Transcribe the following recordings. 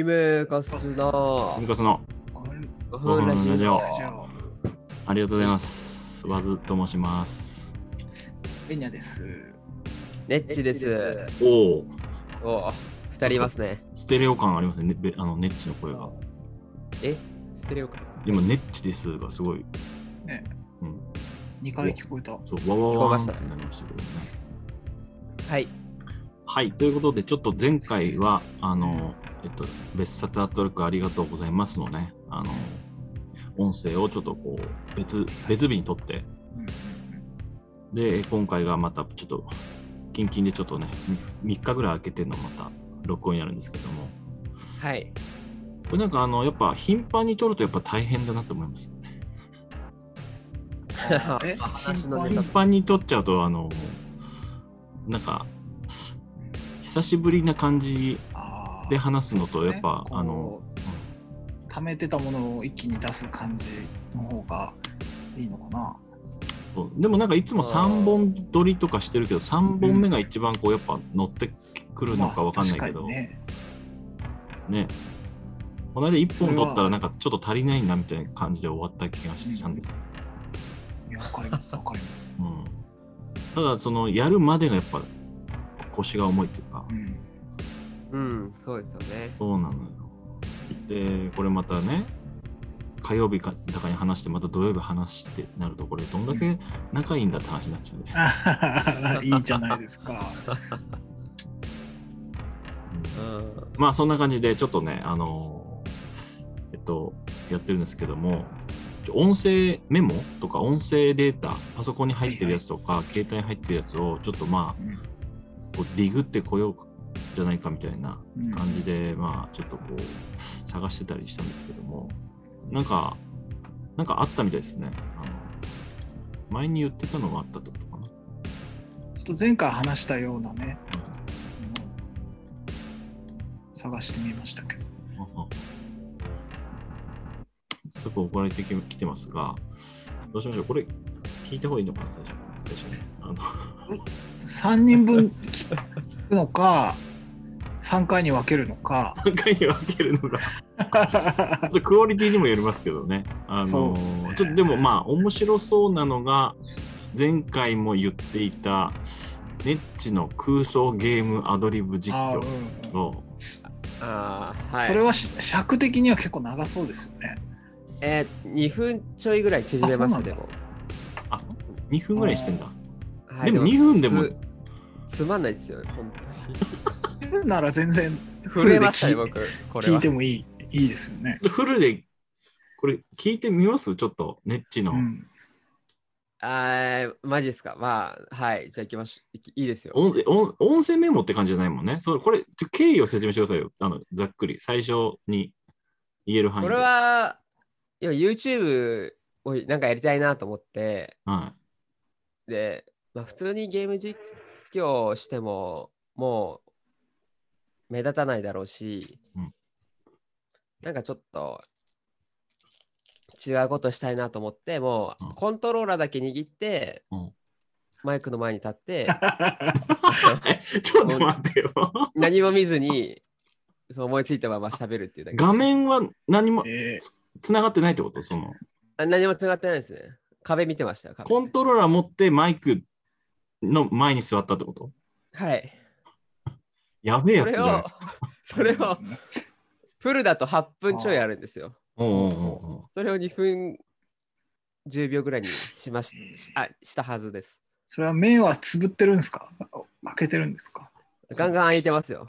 イムカスのミカスの 5分ラジオ。 ありがとうございます。ワズと申します。 ベニャです。 ネッチです。 おお、2人いますね。 ステレオ感ありますね。ネッチの声が。 ステレオか。 今、ネッチですがすごい。 ね。 うん。 2回聞こえた。 そう、わわわーってなりましたけどね。 はい。 はい。ということで、ちょっと前回は、別冊アートワークありがとうございますのね、音声をちょっとこう、別日に撮って、で、今回がまたちょっと、キンキンでちょっとね、3日ぐらい空けてのまた録音になるんですけども。 はい。 これなんかやっぱ頻繁に撮るとやっぱ大変だなと思います。頻繁に撮っちゃうと、なんか、久しぶりな感じで話すのと、やっぱ、 溜めてたものを一気に出す感じの方がいいのかな。 でもなんかいつも3本撮りとかしてるけど、3本目が一番こうやっぱ乗ってくるのかわかんないけど、ね。この間1本撮ったらなんかちょっと足りないなみたいな感じで終わった気がしたんですよ。 いや、わかります、わかります。 ただ、そのやるまでがやっぱ腰が重いっていうか。 そうですよね。 そうなのよ。で、これまたね、火曜日だかに話して、また土曜日話してなると、これどんだけ仲いいんだって話になっちゃうんですよ。いいじゃないですか。 まあそんな感じでちょっとね、やってるんですけども、音声メモとか音声データ、パソコンに入ってるやつとか、携帯に入ってるやつをちょっとまあ、こうディグってこようじゃないかみたいな感じで、まあちょっとこう探してたりしたんですけども、なんかあったみたいですね。前に言ってたのがあったってことかな。 ちょっと前回話したようなね、探してみましたけど。 すごく送られてきてますが、どうしましょう。これ聞いた方がいいのかな、最初ね。 3人分聞くのか、3回に分けるのか。 3回に分けるのがちょっとクオリティにもよりますけどね。ちょっとでもまあ面白そうなのが、前回も言っていたネッチの空想ゲームアドリブ実況を、 それは尺的には結構長そうですよね。 2分ちょいぐらい縮めました。でも 2分ぐらいしてんだ。 でも2分でもつまんないですよ、本当に。なら全然フルで聞いてもいいですよね。 フルでこれ聞いてみます？ちょっとネッチの。 マジですか。まあ、はい。じゃあ行きましょう。いいですよ。 音声メモって感じじゃないもんね。これ、経緯を説明してくださいよ。ざっくり。最初に言える範囲で。 これは、YouTube をなんかやりたいなと思って、で、まあ、普通にゲーム実況をしても、もう目立たないだろうし、なんかちょっと違うことしたいなと思って、もうコントローラーだけ握って、マイクの前に立って、 ちょっと待ってよ。 何も見ずに、そう思いついたまま喋るっていうだけ。 画面は何もつながってないってこと？ 何もつながってないですね。壁見てました。 コントローラー持ってマイクの前に座ったってこと？ はい。 やべえやつじゃないですか。 それをフルだと8分ちょいあるんですよ。それを2分10秒ぐらいにしたはずです。 それは目はつぶってるんですか？開けてるんですか？ ガンガン開いてますよ。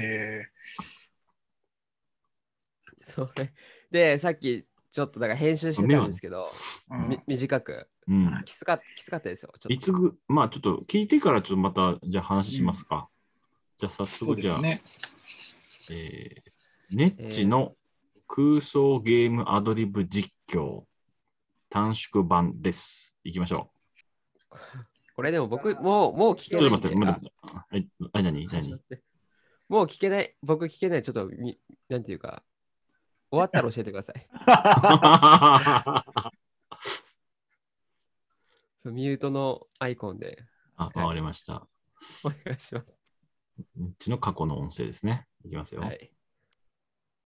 それで、さっきちょっとだから編集してたんですけど、短く、きつかったですよ。 まあちょっと聞いてからちょっとまたじゃあ話しますか。じゃあ早速じゃあ、ネッチの空想ゲームアドリブ実況短縮版です。いきましょう。これでも僕もう聞けない。 ちょっと待って。何もう聞けない。僕聞けない。ちょっとなんていうか。終わったら教えてください。そう、ミュートのアイコンで。 わかりました。 お願いします。 うちの過去の音声ですね。いきますよ。はい。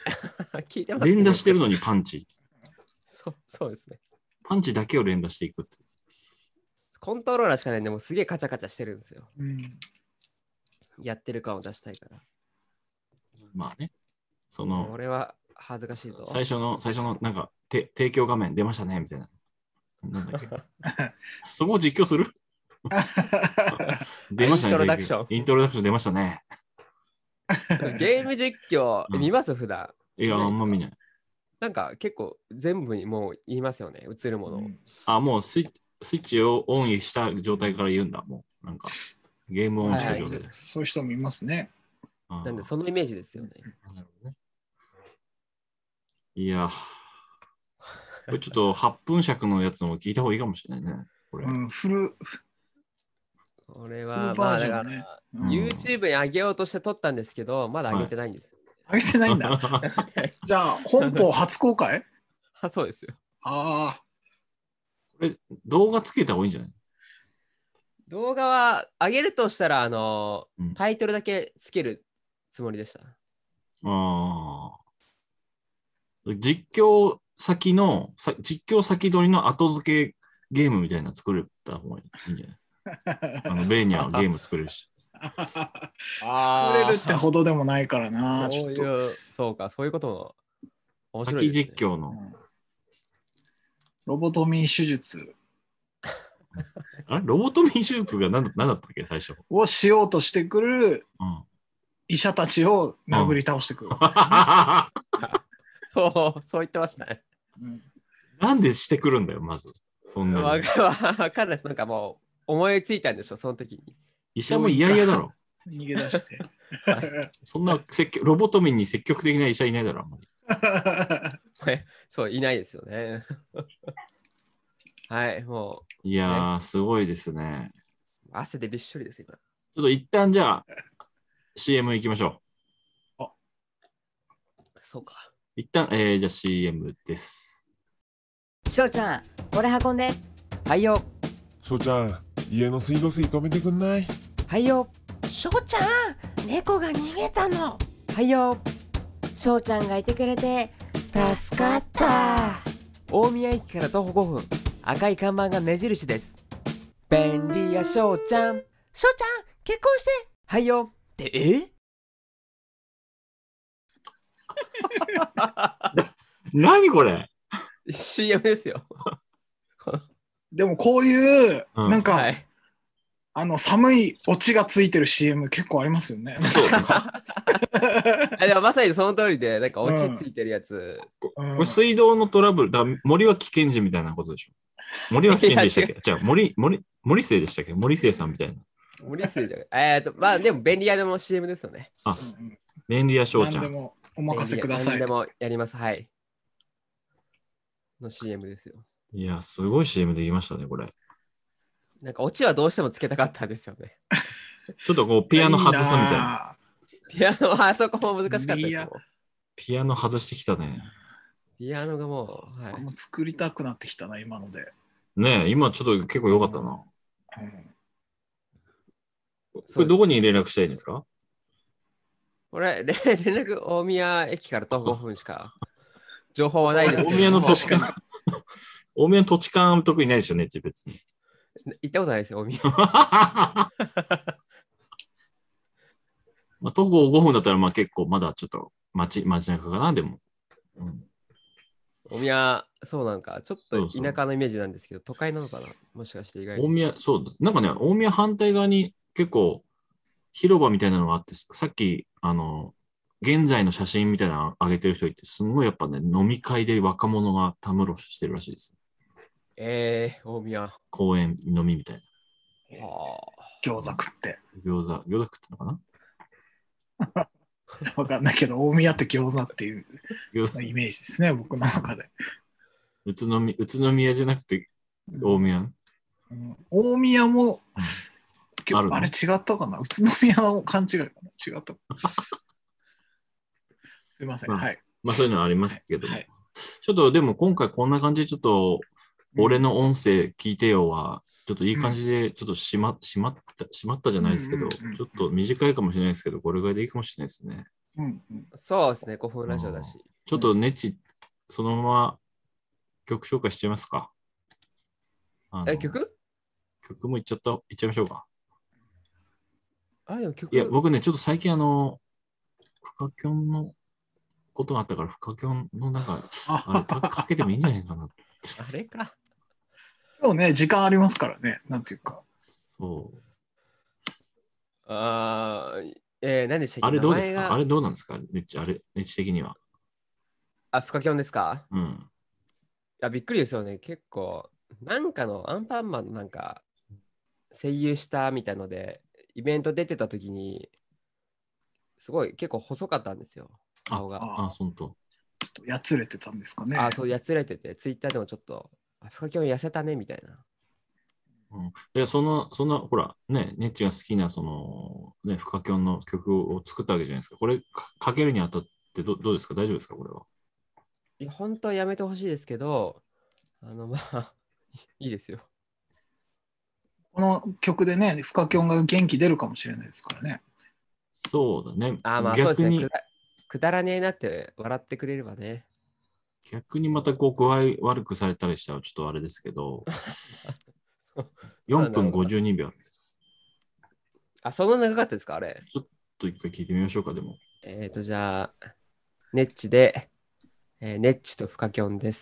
聞いてますね。 連打してるのにパンチ。 そうですね。 パンチだけを連打していくって。 コントローラーしかないんで、もうすげえカチャカチャしてるんですよ。 うん、 やってる感を出したいから。 まあね。 俺は恥ずかしいぞ。 最初のなんか提供画面出ましたねみたいな。なんだっけそこを実況する出ましたね。 イントロダクション。 イントロダクション出ましたね。 ゲーム実況、見ます普段。 いや、あんま見ない。 なんか結構全部にもう言いますよね、映るものを。 もうスイッチをオンした状態から言うんだ。もうなんかゲームオンした状態で。 そういう人もいますね。 なんでそのイメージですよね。 いや、これちょっと8分尺のやつも聞いた方がいいかもしれないね。これ。 これはまあだから、YouTube に上げようとして撮ったんですけど、まだ上げてないんですよ。 上げてないんだ。じゃあ、本邦初公開そうですよ。 ああ。 これ、動画つけた方がいいんじゃない？ 動画は上げるとしたら、タイトルだけつけるつもりでした。 実況先取りの後付けゲームみたいな作れた方がいいんじゃない？ベーニャはゲーム作れるし。 作れるってほどでもないからな。 そうか、そういうことも面白いですね。先実況の。 ロボトミー手術。 ロボトミー手術が何だったっけ、最初。 をしようとしてくる医者たちを殴り倒してくる。 そう言ってましたね。 なんでしてくるんだよ、まず。そんな。 わかんないです。なんかもう思いついたんでしょ、その時に。 医者も嫌々だろ。 逃げ出して。 そんなロボトミーに積極的な医者いないだろ、あんまり。 そう、いないですよね。はい、もう。いやー、すごいですね。 汗でびっしょりです、今。 ちょっと一旦じゃあ、CM 行きましょう。そうか。 一旦、じゃあ CM です。 翔ちゃん、これ運んで。 はいよ。 翔ちゃん、家の水道水止めてくんない？ はいよ。翔ちゃん、猫が逃げたの。 はいよ。 翔ちゃんがいてくれて助かった。 大宮駅から徒歩5分、赤い看板が目印です。便利や翔ちゃん。 翔ちゃん、結婚して。 はいよ。って何これ？ CM ですよ。 でもこういう、なんか、寒いオチがついてる CM 結構ありますよね。 でもまさにその通りで、なんかオチついてるやつ。 これ水道のトラブル、森は危険人みたいなことでしょ。森は危険人でしたっけ？じゃあ森末でしたっけ？森末さんみたいな。 森末じゃない。まあでも便利屋でも CM ですよね。 便利屋翔ちゃん。 何でもお任せください。 何でもやります。はい。の CM ですよ。 いや、すごい CM で言いましたね、これ。 なんかオチはどうしてもつけたかったんですよね。 ちょっとこうピアノ外すみたいな。 ピアノはあそこも難しかったですよ。 ピアノ外してきたね。 ピアノがもう、 もう作りたくなってきたな、今ので。 ねえ、今ちょっと結構良かったな。これどこに連絡したいんですか？ これ、連絡大宮駅から徒歩5分しか情報はないですけど。 大宮の土地勘。大宮の土地勘特にないでしょね、別に。 行ったことないですよ、大宮。 まあ、徒歩5分だったらまあ結構まだちょっと街中かな、でも。 大宮、そうなんか、ちょっと田舎のイメージなんですけど、都会なのかな、もしかして意外に。 大宮、そうだ。なんかね、大宮反対側に結構広場みたいなのがあって、さっき、現在の写真みたいなの上げてる人いて、すごいやっぱね、飲み会で若者がたむろしてるらしいです。 大宮。 公園飲みみたいな。 餃子食って。 餃子食ってのかなわかんないけど、大宮って餃子っていうイメージですね、僕の中で。 宇都宮じゃなくて大宮、 大宮も、あれ違ったかな、宇都宮の勘違いかな、違ったかな。すいません。はい。 まあそういうのはありますけど、ちょっとでも今回こんな感じでちょっと、俺の音声聞いてよは、ちょっといい感じで、ちょっとしまったじゃないですけど、ちょっと短いかもしれないですけど、これぐらいでいいかもしれないですね。 うんうん、 そうですね、5分ラジオだし。 ちょっとネッチ、そのまま曲紹介しちゃいますか。 曲もいっちゃいましょうか。 でも曲。 いや、僕ね、ちょっと最近フカキョンのことがあったから、フカキョンのなんか、あれかけてもいいんじゃないかな。 あれか。 今日ね、時間ありますからね、なんていうか。 そう。 何でしたっけ？ あれどうですか？あれどうなんですか？ネッチ的には。 フカキョンですか？ うん。 びっくりですよね。結構、なんかのアンパンマンのなんか、声優したみたいので、イベント出てた時に、すごい結構細かったんですよ、顔が。 本当。 ちょっとやつれてたんですかね。 そう、やつれてて、ツイッターでもちょっと、フカキョン痩せたねみたいな。 いや、そんな、ほら、ね、ネッチが好きな、ね、フカキョンの曲を作ったわけじゃないですか。これ、かけるにあたってどうですか？大丈夫ですか？これは。 いや、本当はやめてほしいですけど、まあ、いいですよ。 この曲でね、フカキョンが元気出るかもしれないですからね。 そうだね。 そうですね。くだらねえなって笑ってくれればね。 逆にまた具合悪くされたりしたらちょっとあれですけど、4分52秒です。 そんな長かったですか、あれ。 ちょっと一回聞いてみましょうか、でも。 じゃあ、ネッチで、ネッチとフカキョンです。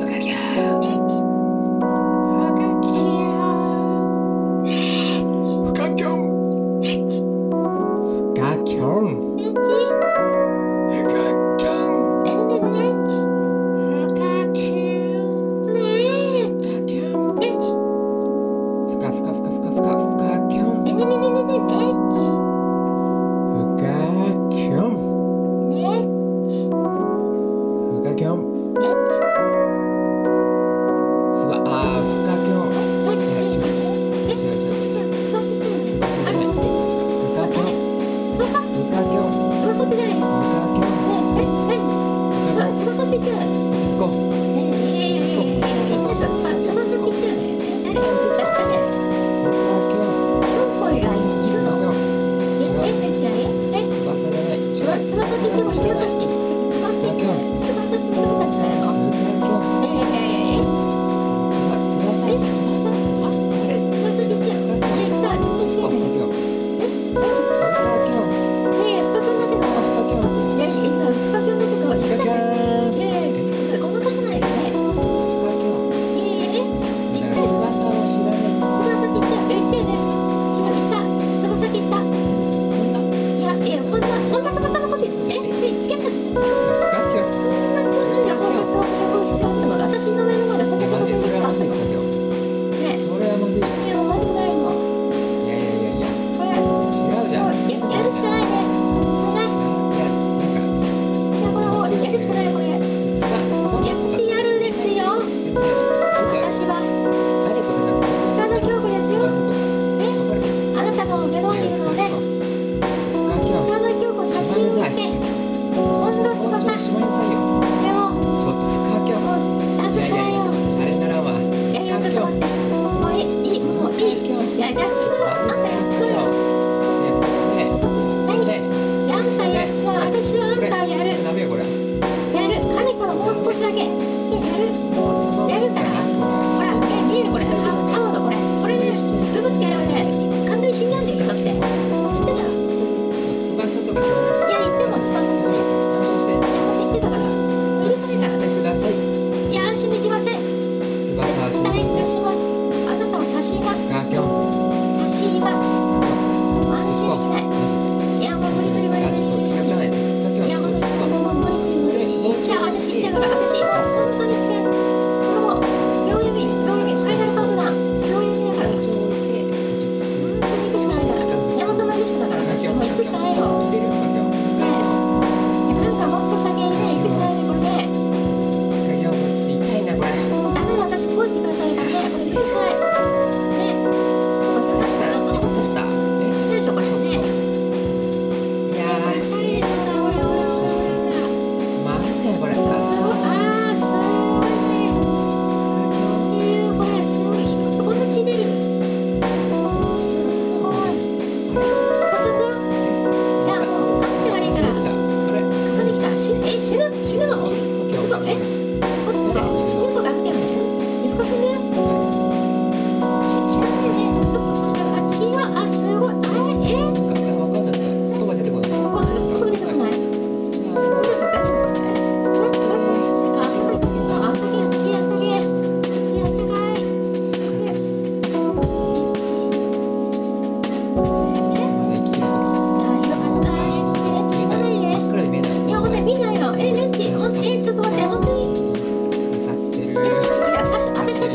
フ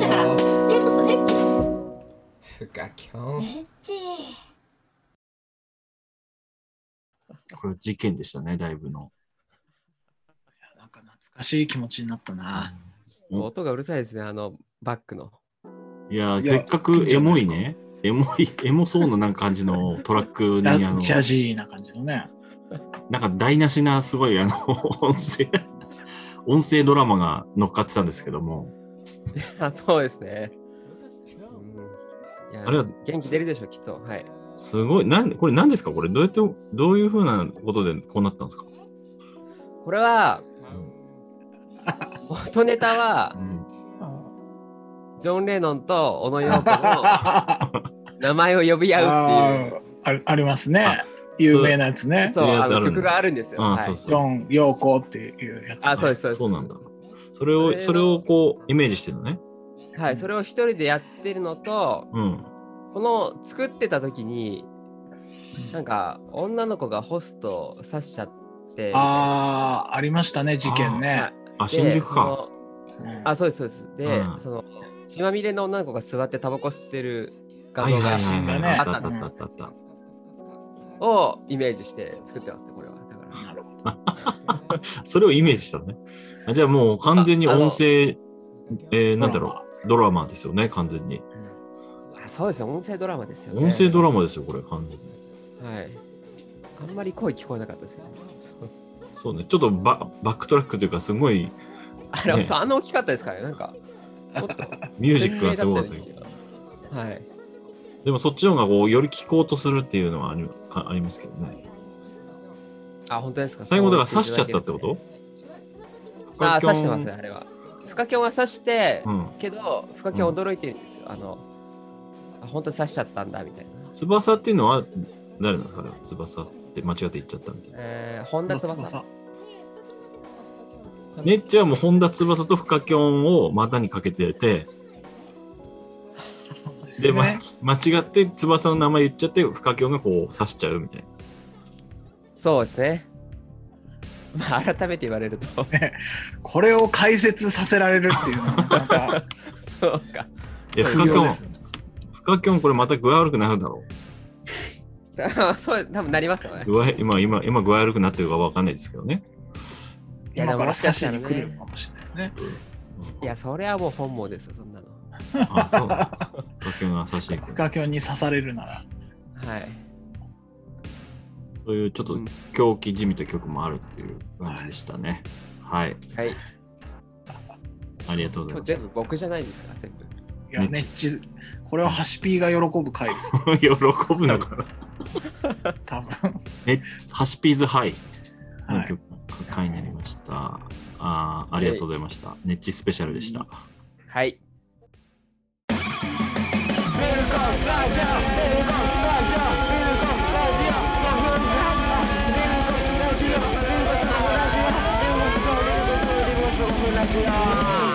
からちょっとねっちふかきょん。 ねっちこれ事件でしたね、だいぶの。 なんか懐かしい気持ちになったな。 音がうるさいですね、バックの。 いや、せっかくエモいね、エモそうななんか感じのトラックにジャジーな感じのね。 なんか台無しなすごい音声ドラマが乗っかってたんですけども。 そうですね。いや、 あれは元気出るでしょ、きっと。はい。 すごい。これ何ですか？これどういうふうなことでこうなったんですか？ これは、元ネタは、ジョン・レノンと小野陽子の名前を呼び合うっていう。 ありますね。有名なやつね。 そう、曲があるんですよ。 ジョン・ヨーコっていうやつ。 そうです、そうです。 そうなんだ。それをこうイメージしてるのね。 はい、それを一人でやってるのと、この作ってた時に、なんか女の子がホスト刺しちゃって。 ありましたね、事件ね。 新宿か。 そうです、そうです。で、その血まみれの女の子が座ってタバコ吸ってる画像があったんですよ。をイメージして作ってますね、これは。だからなるほど。 それをイメージしたのね。じゃあもう完全に音声、なんだろう、ドラマですよね、完全に。 そうですね、音声ドラマですよね。 音声ドラマですよ、これ、完全に。 はい。あんまり声聞こえなかったですね。 そうね、ちょっとバックトラックというか、すごい。 あの大きかったですからね、なんか。もっとミュージックがすごかったけど。 はい。 でもそっちの方がこうより聞こうとするっていうのはありますけどね。 本当ですか。 最後だから刺しちゃったってこと？ 刺してますね、あれは。フカキョンは刺して、けど、フカキョン驚いてるんですよ。本当に刺しちゃったんだみたいな。 翼っていうのは誰なんですかね？翼って間違って言っちゃったみたいな。 本田翼。 ねっちはもう本田翼とフカキョンを股にかけてて、で、間違って翼の名前言っちゃってフカキョンがこう刺しちゃうみたいな。 そうですね。まあ改めて言われるとこれを解説させられるっていうのはなんかそうか。 いやフカキョンこれまた具合悪くなるだろう。そう多分なりますよね。 今具合悪くなってるかわかんないですけどね。 今から刺しに来るかもしれないですね。 いやそれはもう本望ですよそんなの。 そう。フカキョンが刺しに来る。 フカキョンに刺されるなら。 はい。 そういうちょっと狂気じみた曲もあるっていう感じでしたね。はい。 はい。 ありがとうございます。 全部僕じゃないですか全部。 いやこれはハシピーが喜ぶ回です。 喜ぶのかな。 多分。 ハシピーズハイの曲回になりました。ありがとうございました。ネッチスペシャルでした。 はい。 ラジオ